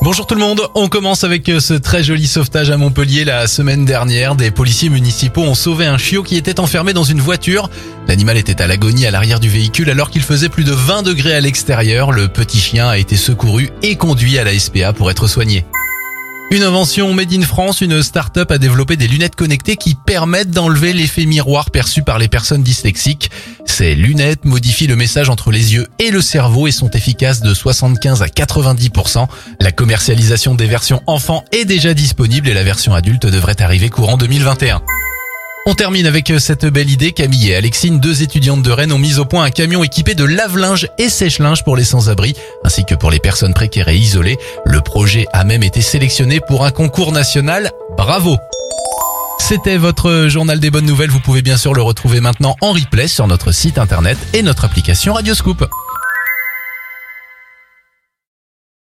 Bonjour tout le monde, on commence avec ce très joli sauvetage à Montpellier la semaine dernière. Des policiers municipaux ont sauvé un chiot qui était enfermé dans une voiture. L'animal était à l'agonie à l'arrière du véhicule alors qu'il faisait plus de 20 degrés à l'extérieur. Le petit chien a été secouru et conduit à la SPA pour être soigné. Une invention made in France, une start-up a développé des lunettes connectées qui permettent d'enlever l'effet miroir perçu par les personnes dyslexiques. Ces lunettes modifient le message entre les yeux et le cerveau et sont efficaces de 75 à 90%. La commercialisation des versions enfants est déjà disponible et la version adulte devrait arriver courant 2021. On termine avec cette belle idée. Camille et Alexine, deux étudiantes de Rennes, ont mis au point un camion équipé de lave-linge et sèche-linge pour les sans-abri, ainsi que pour les personnes précaires et isolées. Le projet a même été sélectionné pour un concours national. Bravo! C'était votre journal des bonnes nouvelles. Vous pouvez bien sûr le retrouver maintenant en replay sur notre site internet et notre application Radioscoop.